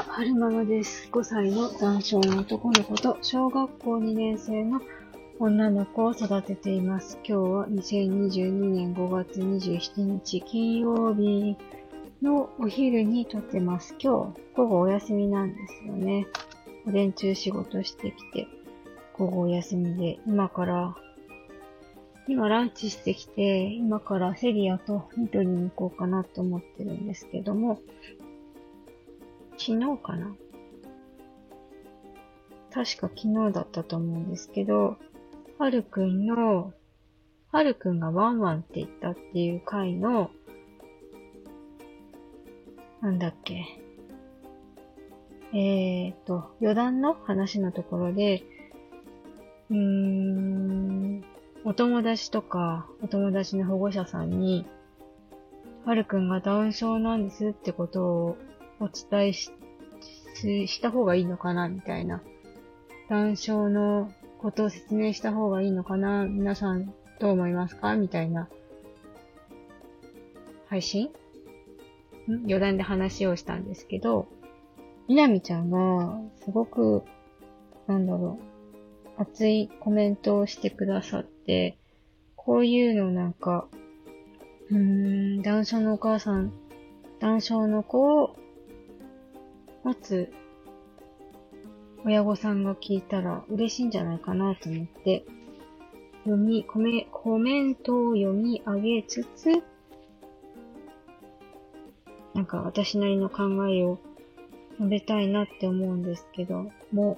春ママです。5歳の男性の男の子と小学校2年生の女の子を育てています。今日は2022年5月27日金曜日のお昼に撮ってます。今日午後お休みなんですよね。午前中仕事してきて午後お休みで今ランチしてきて今からセリアとニトリに行こうかなと思ってるんですけども、昨日かな？確か昨日だったと思うんですけど、はるくんがワンワンって言ったっていう回の、なんだっけ。余談の話のところで、お友達とか、お友達の保護者さんに、はるくんがダウン症なんですってことをお伝えした方がいいのかなみたいな。ダウン症のことを説明した方がいいのかな、皆さんどう思いますかみたいな配信余談で話をしたんですけど、みなみちゃんがすごく熱いコメントをしてくださって、こういうのダウン症のお母さん、ダウン症の子を持つ親御さんが聞いたら嬉しいんじゃないかなと思って、コメントを読み上げつつ、私なりの考えを述べたいなって思うんですけども、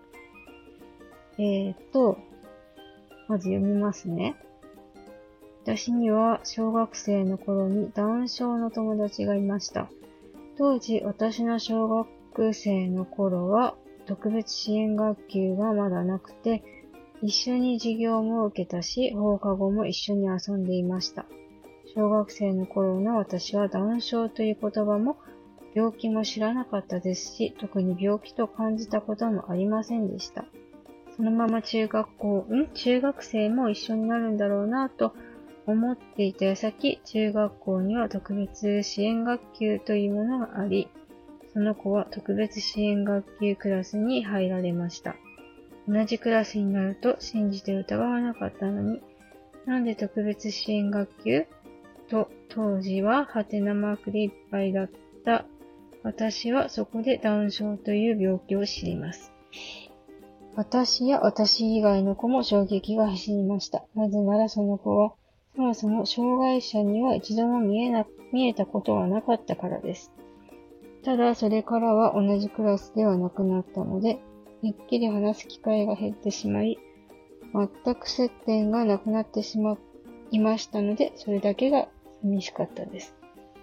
まず読みますね。私には小学生の頃にダウン症の友達がいました。当時、私の小学生の頃は特別支援学級がまだなくて、一緒に授業も受けたし、放課後も一緒に遊んでいました。小学生の頃の私はダウン症という言葉も病気も知らなかったですし、特に病気と感じたこともありませんでした。そのまま中学生も一緒になるんだろうなと思っていた矢先、中学校には特別支援学級というものがあり、その子は特別支援学級クラスに入られました。同じクラスになると信じて疑わなかったのに、なんで特別支援学級と当時はハテナマークでいっぱいだった私はそこでダウン症という病気を知ります。私や私以外の子も衝撃が走りました。なぜならその子はそもそも障害者には一度も見えたことはなかったからです。ただそれからは同じクラスではなくなったので、めっきり話す機会が減ってしまい、全く接点がなくなってしまいましたので、それだけが寂しかったです。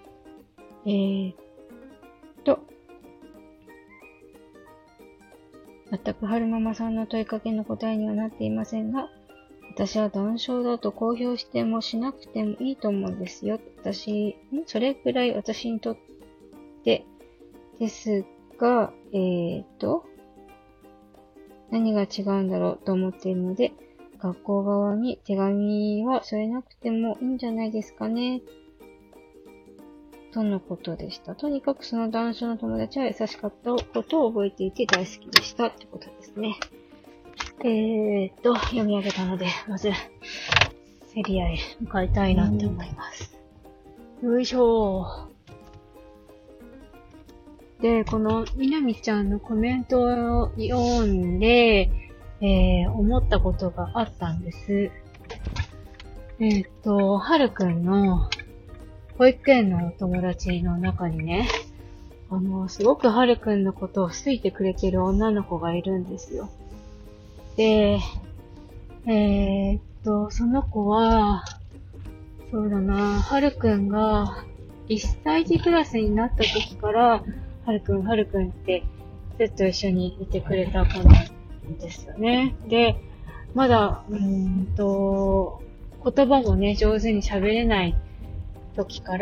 全く春ママさんの問いかけの答えにはなっていませんが、私はダウン症だと公表してもしなくてもいいと思うんですよ。それくらい私にとってですが、何が違うんだろうと思っているので、学校側に手紙は添えなくてもいいんじゃないですかね。とのことでした。とにかくそのダウン症の友達は優しかったことを覚えていて大好きでしたってことですね。読み上げたので、まず、セリアへ向かいたいなって思います。よいしょー。で、このみなみちゃんのコメントを読んで、思ったことがあったんです。はるくんの保育園のお友達の中にね、すごくはるくんのことを好いてくれてる女の子がいるんですよ。で、その子は、はるくんが1歳児クラスになった時から、はるくんってずっと一緒にいてくれた子なんですよね。で、まだ、言葉もね、上手に喋れない時から、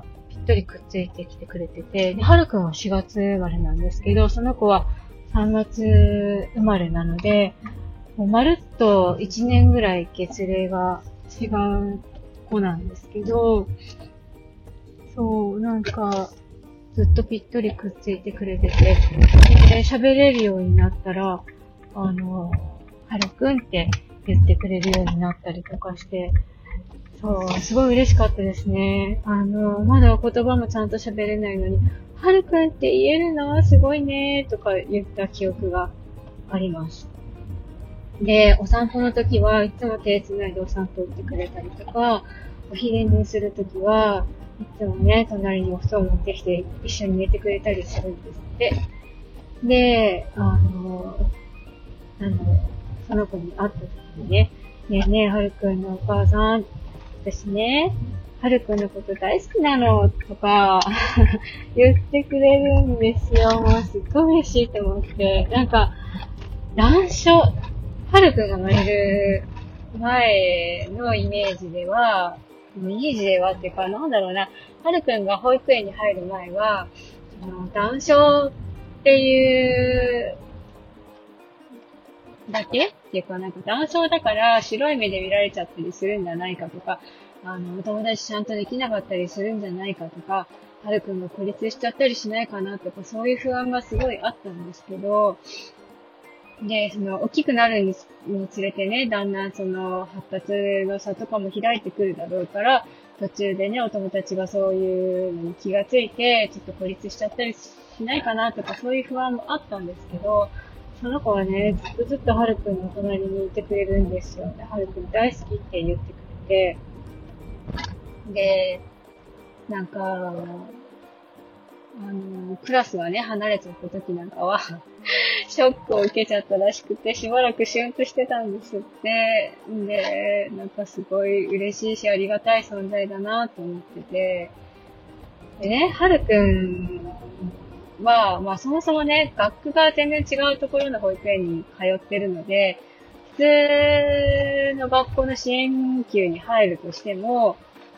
ぴったりくっついてきてくれてて、で、はるくんは4月生まれなんですけど、その子は3月生まれなので、もうまるっと1年ぐらい月齢が違う子なんですけど、そう、 ずっとぴったりくっついてくれてて、で、喋れるようになったら、はるくんって言ってくれるようになったりとかして、そう、すごい嬉しかったですね。まだ言葉もちゃんと喋れないのに、はるくんって言えるのすごいねとか言った記憶があります。で、お散歩の時はいつも手繋いでお散歩行ってくれたりとか、お昼寝する時はいつもね、隣にお布団持ってきて一緒に寝てくれたりするんですって。で、その子に会った時にね、ねえねえ、はるくんのお母さん、私ね、はるくんのこと大好きなの、とか、言ってくれるんですよ。もうすっごい嬉しいと思って。なんか、はるくんが生まれる前のイメージでは、イメージではっていうか、なんだろうな、はるくんが保育園に入る前は、ダウン症っていうだけっていうか、なんかダウン症だから白い目で見られちゃったりするんじゃないかとか、お友達ちゃんとできなかったりするんじゃないかとか、はるくんが孤立しちゃったりしないかなとか、そういう不安がすごいあったんですけど、で、大きくなるにつれてね、だんだん発達の差とかも開いてくるだろうから、途中でね、お友達がそういうのに気がついて、ちょっと孤立しちゃったりしないかなとか、そういう不安もあったんですけど、その子はね、ずっとはるくんの隣にいてくれるんですよ。はるくん大好きって言ってくれて、で、なんか、クラスがね、離れちゃった時なんかは、ショックを受けちゃったらしくて、しばらくシュンとしてたんですって。で、なんかすごい嬉しいし、ありがたい存在だなと思ってて。でね、はるくんは、まあそもそもね、学区が全然違うところの保育園に通ってるので、普通の学校の支援級に入るとしても、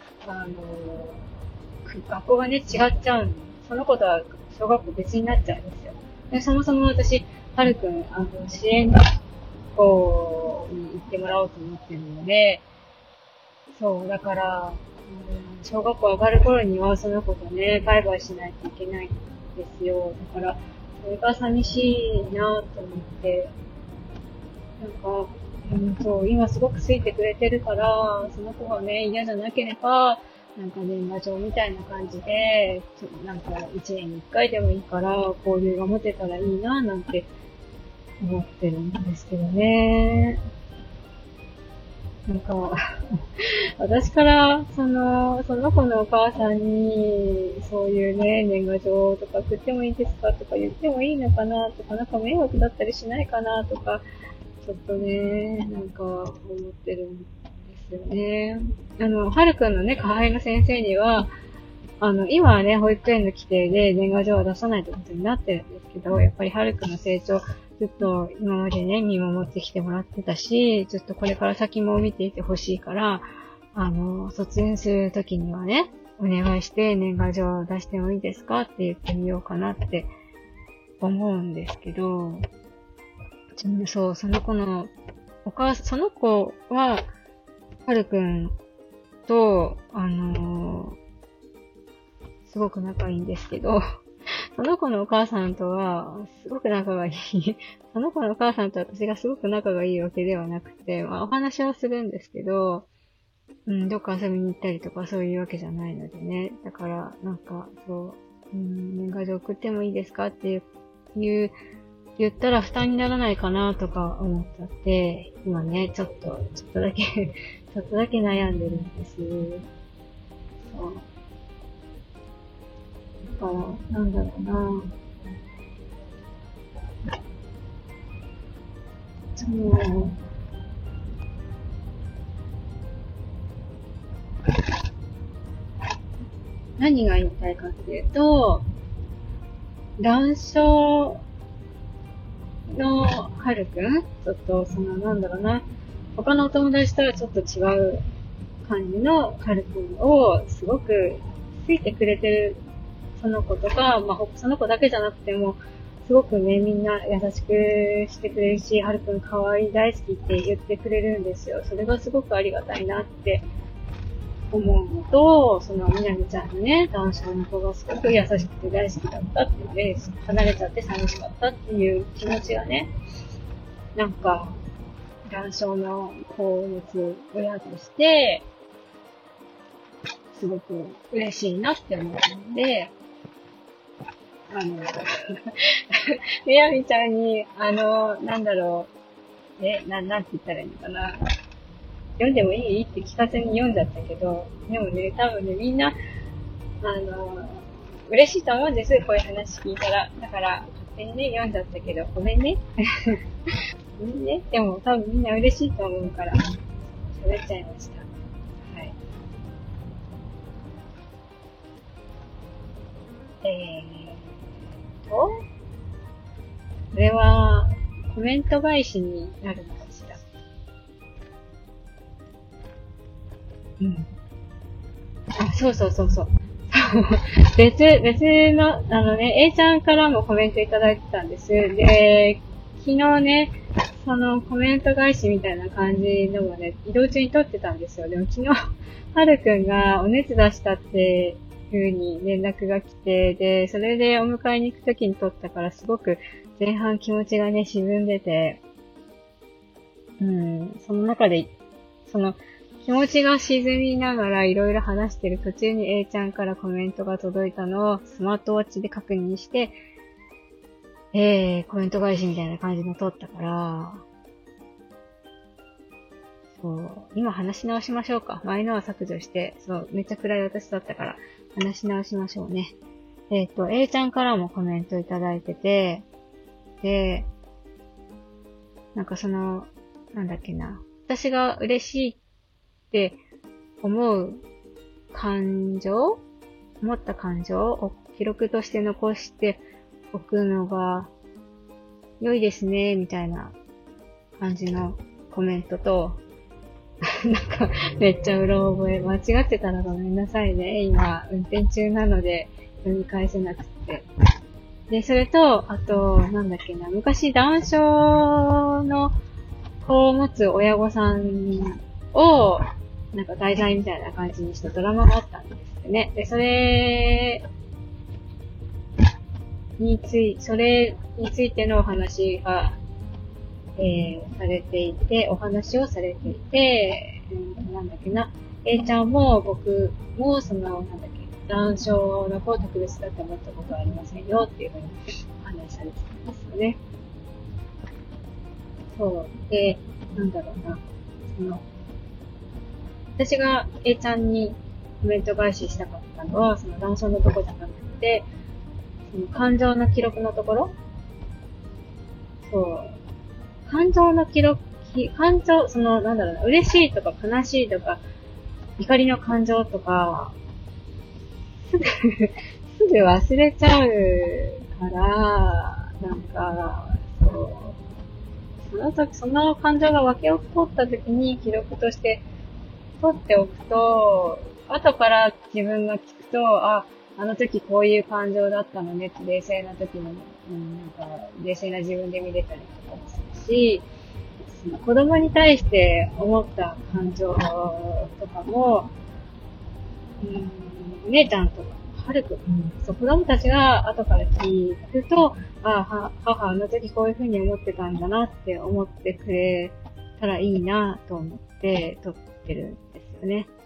学校がね、違っちゃうの。その子とは小学校別になっちゃうんですよ。で、そもそも私、はるくん、支援学校に行ってもらおうと思ってるので、そう、だから、小学校上がる頃にはその子とね、バイバイしないといけないんですよ。だから、それが寂しいなと思って、なんか、そう、今すごくついてくれてるから、その子がね、嫌じゃなければ、なんか年賀状みたいな感じで、なんか一年に一回でもいいから、交流が持てたらいいな、なんて思ってるんですけどね。なんか、私から、その子のお母さんに、そういうね、年賀状とか送ってもいいですかとか言ってもいいのかなとか、なんか迷惑だったりしないかなとか、ちょっとね、なんか思ってるんですよね。はるくんのね、下輩の先生には、今はね、保育園の規定で年賀状は出さないということになってるんですけど、やっぱりはるくんの成長、ずっと今までね、見守ってきてもらってたし、ずっとこれから先も見ていてほしいから、卒園するときにはね、お願いして年賀状を出してもいいですかって言ってみようかなって思うんですけど、そう、その子は、はるくんと、すごく仲いいんですけど、その子のお母さんとは、すごく仲がいい。その子のお母さんと私がすごく仲がいいわけではなくて、まあお話はするんですけど、どっか遊びに行ったりとかそういうわけじゃないのでね。だから、なんか、そう、年賀状送ってもいいですかって言ったら負担にならないかなとか思っちゃって、今ね、ちょっとだけちょっとだけ悩んでるんです。そう。だから、なんだろうな。そう。何が言いたいかっていうと、ダウン症のはるくんちょっと、なんだろうな。他のお友達とはちょっと違う感じのはるくんをすごくついてくれてるその子とか、まあ、その子だけじゃなくても、すごくね、みんな優しくしてくれるし、はるくん可愛い大好きって言ってくれるんですよ。それがすごくありがたいなって思うのと、そのみなみちゃんのね、男性の子がすごく優しくて大好きだったっていうね、離れちゃって寂しかったっていう気持ちがね、なんか、男性の子を持つ親として、すごく嬉しいなって思うので、みなみちゃんに、なんだろう、なんて言ったらいいのかな。読んでもいいって聞かずに読んじゃったけど、でもね、多分ね、みんな、嬉しいと思うんです、こういう話聞いたら。だから、勝手にね、読んじゃったけど、ごめんね。ごめんね。でも、多分みんな嬉しいと思うから、喋っちゃいました。はい。これは、コメント返しになるのかしら。うん。あ、そうそうそうそう。別の、A ちゃんからもコメントいただいてたんです。で、昨日ね、そのコメント返しみたいな感じのもね、移動中に撮ってたんですよ。でも昨日、はるくんがお熱出したって風に連絡が来て、で、それでお迎えに行くときに撮ったからすごく前半気持ちがね、沈んでて、その中で、その、気持ちが沈みながらいろいろ話してる途中に A ちゃんからコメントが届いたのをスマートウォッチで確認して、コメント返しみたいな感じの撮ったから、そう、今話し直しましょうか。前のは削除して、そう、めっちゃ暗い私だったから話し直しましょうね。A ちゃんからもコメントいただいてて、で、なんかなんだっけな。私が嬉しいって思った感情を記録として残しておくのが良いですね、みたいな感じのコメントと、なんかめっちゃうろ覚え、間違ってたらごめんなさいね。今運転中なので読み返せなくて。で、それと、あと、なんだっけな、昔男性の子を持つ親御さんを、なんか題材みたいな感じにしたドラマがあったんですよね。で、それについてのお話が、されていて、お話をされていて、なんだっけな、A ちゃんも僕もなんだっけ、男性の子を特別だと思ったことはありませんよっていうふうにお話しされてたんですよね。そう。で、なんだろうな、私が A ちゃんにコメント返ししたかったのは、その男性のとこじゃなくて、その感情の記録のところ、そう。感情の記録、なんだろうな、嬉しいとか悲しいとか、怒りの感情とか、すぐ忘れちゃうから、なんか、そう、その感情が湧き起こった時に記録として取っておくと、後から自分が聞くと、あの時こういう感情だったのねって冷静な時に、なんか冷静な自分で見れたりとかもするし、子供に対して思った感情とかも、姉ちゃんとか、はるくん、そう、子供たちが後から聞くと、母あの時こういう風に思ってたんだなって思ってくれたらいいなと思って撮ってるんですよね。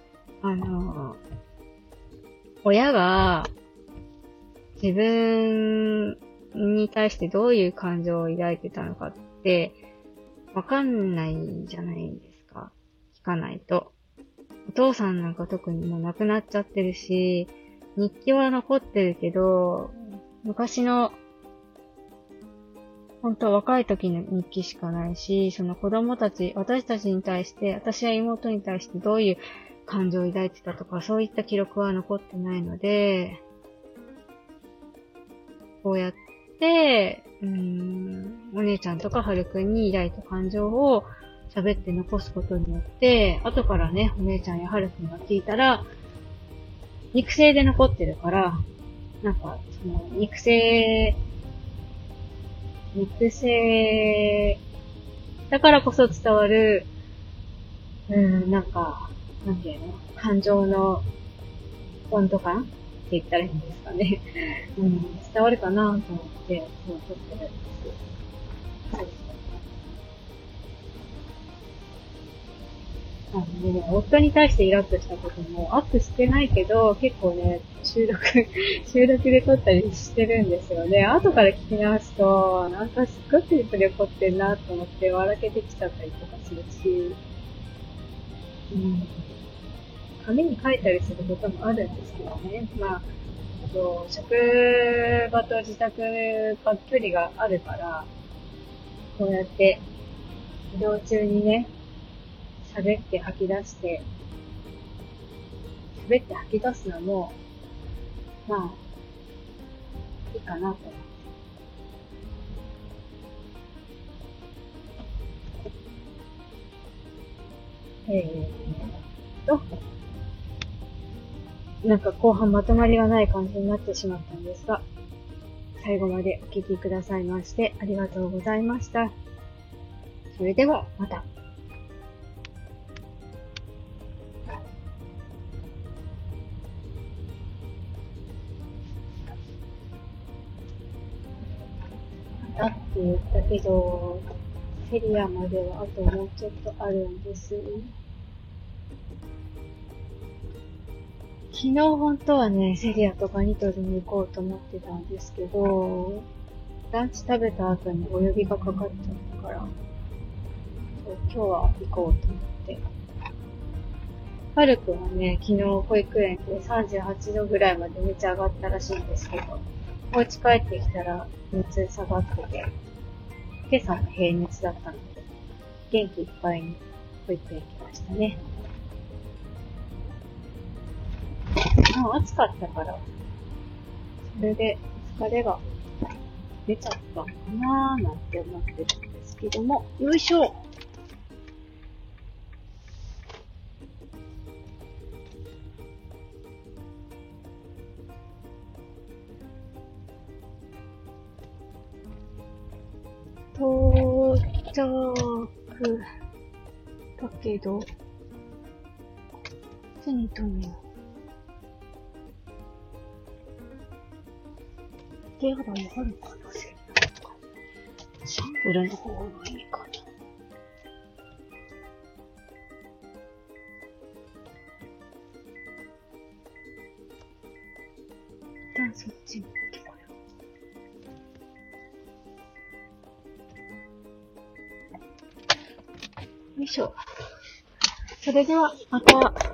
親が自分に対してどういう感情を抱いてたのかってわかんないじゃないですか。聞かないと。お父さんなんか特にもう亡くなっちゃってるし、日記は残ってるけど、昔の本当若い時の日記しかないし、その子供たち、私たちに対して、私や妹に対してどういう感情を抱いてたとか、そういった記録は残ってないので、こうやって、お姉ちゃんとかはるくんに抱いた感情を喋って残すことによって、後からね、お姉ちゃんやはるくんが聞いたら、肉声で残ってるから、なんか、その、肉声だからこそ伝わる、なんか、なんていうの感情の温度感って言ったらいいんですかね。伝わるかなと思って、そう撮ってるんです。そう夫に対してイラッとしたこともアップしてないけど、結構ね、収録で撮ったりしてるんですよね。後から聞き直すと、なんかすっごいプリプリ怒ってんなと思って笑けてきちゃったりとかするし、紙に書いたりすることもあるんですけどね。職場と自宅が距離があるから、こうやって移動中にね、喋って吐き出すのも、まあ、いいかなと思って。と、なんか後半まとまりがない感じになってしまったんですが、最後までお聞きくださいましてありがとうございました。それではまた。またって言ったけど、セリアまではあともうちょっとあるんです。昨日本当はね、セリアとかニトリに行こうと思ってたんですけど、ランチ食べた後にお呼びがかかっちゃったから、今日は行こうと思って。パル君はね、昨日保育園で38度ぐらいまでめっちゃ上がったらしいんですけど、お家帰ってきたら熱下がってて、今朝も平熱だったので、元気いっぱいに保育園来ましたね。暑かったから、それで疲れが出ちゃったのかなーなんて思ってるんですけども、よいしょ。到着だけど、手に取るの。手肌もあるかな、シャンプルの方がいいかな。一旦そっちに行ってこよう。よいしょ。それでは、また。